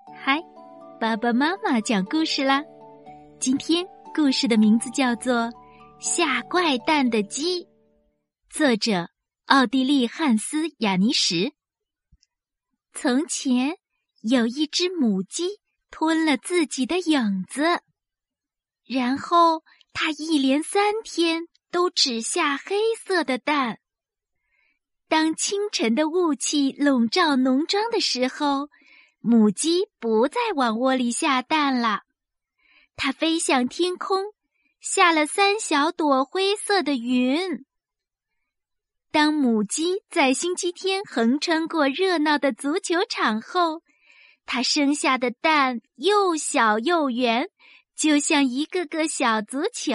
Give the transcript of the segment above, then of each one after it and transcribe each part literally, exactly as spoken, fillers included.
嗨，爸爸妈妈讲故事啦！今天故事的名字叫做《下怪蛋的鸡》，作者奥地利汉斯·雅尼什。从前有一只母鸡吞了自己的影子，然后它一连三天都只下黑色的蛋。当清晨的雾气笼罩农庄的时候，母鸡不再往窝里下蛋了，它飞向天空，下了三小朵灰色的云。当母鸡在星期天横穿过热闹的足球场后，它生下的蛋又小又圆，就像一个个小足球。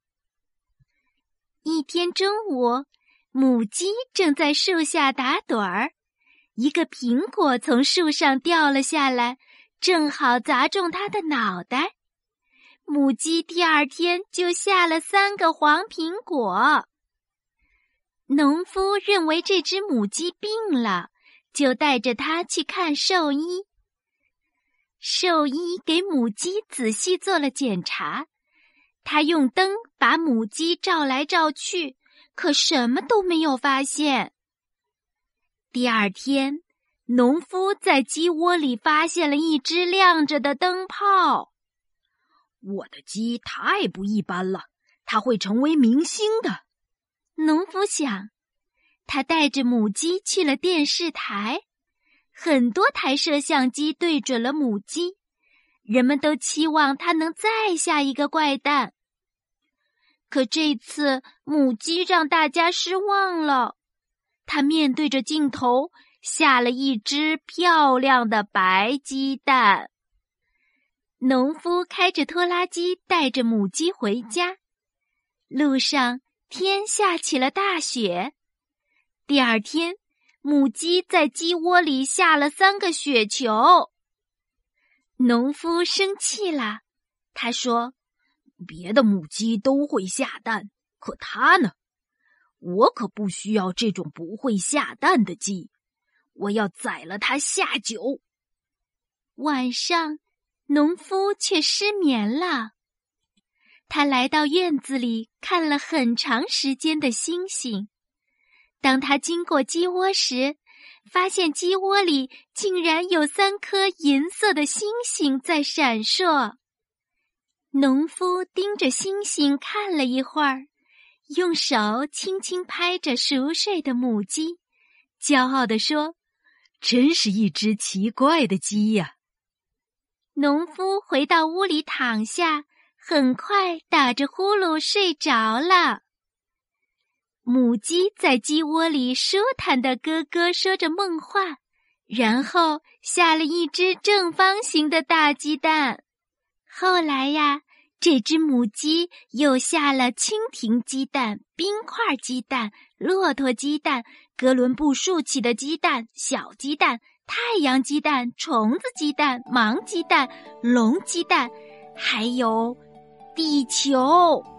一天中午，母鸡正在树下打盹儿，一个苹果从树上掉了下来，正好砸中它的脑袋。母鸡第二天就下了三个黄苹果。农夫认为这只母鸡病了，就带着它去看兽医。兽医给母鸡仔细做了检查，他用灯把母鸡照来照去，可什么都没有发现。第二天，农夫在鸡窝里发现了一只亮着的灯泡。 我的鸡太不一般了，它会成为明星的。 农夫想，他带着母鸡去了电视台，很多台摄像机对准了母鸡，人们都期望它能再下一个怪蛋。可这次母鸡让大家失望了，它面对着镜头下了一只漂亮的白鸡蛋。农夫开着拖拉机带着母鸡回家，路上天下起了大雪。第二天，母鸡在鸡窝里下了三个雪球。农夫生气了，他说， 别的母鸡都会下蛋，可它呢？我可不需要这种不会下蛋的鸡，我要宰了它下酒。 晚上，农夫却失眠了。他来到院子里看了很长时间的星星。当他经过鸡窝时，发现鸡窝里竟然有三颗银色的星星在闪烁。农夫盯着星星看了一会儿，用手轻轻拍着熟睡的母鸡，骄傲地说， 真是一只奇怪的鸡呀。 农夫回到屋里躺下，很快打着呼噜睡着了。母鸡在鸡窝里舒坦地咯咯说着梦话，然后下了一只正方形的大鸡蛋。后来呀，这只母鸡又下了蜻蜓鸡蛋、冰块鸡蛋、骆驼鸡蛋、哥伦布竖起的鸡蛋、小鸡蛋、太阳鸡蛋、虫子鸡蛋、盲鸡蛋、龙鸡蛋，还有地球。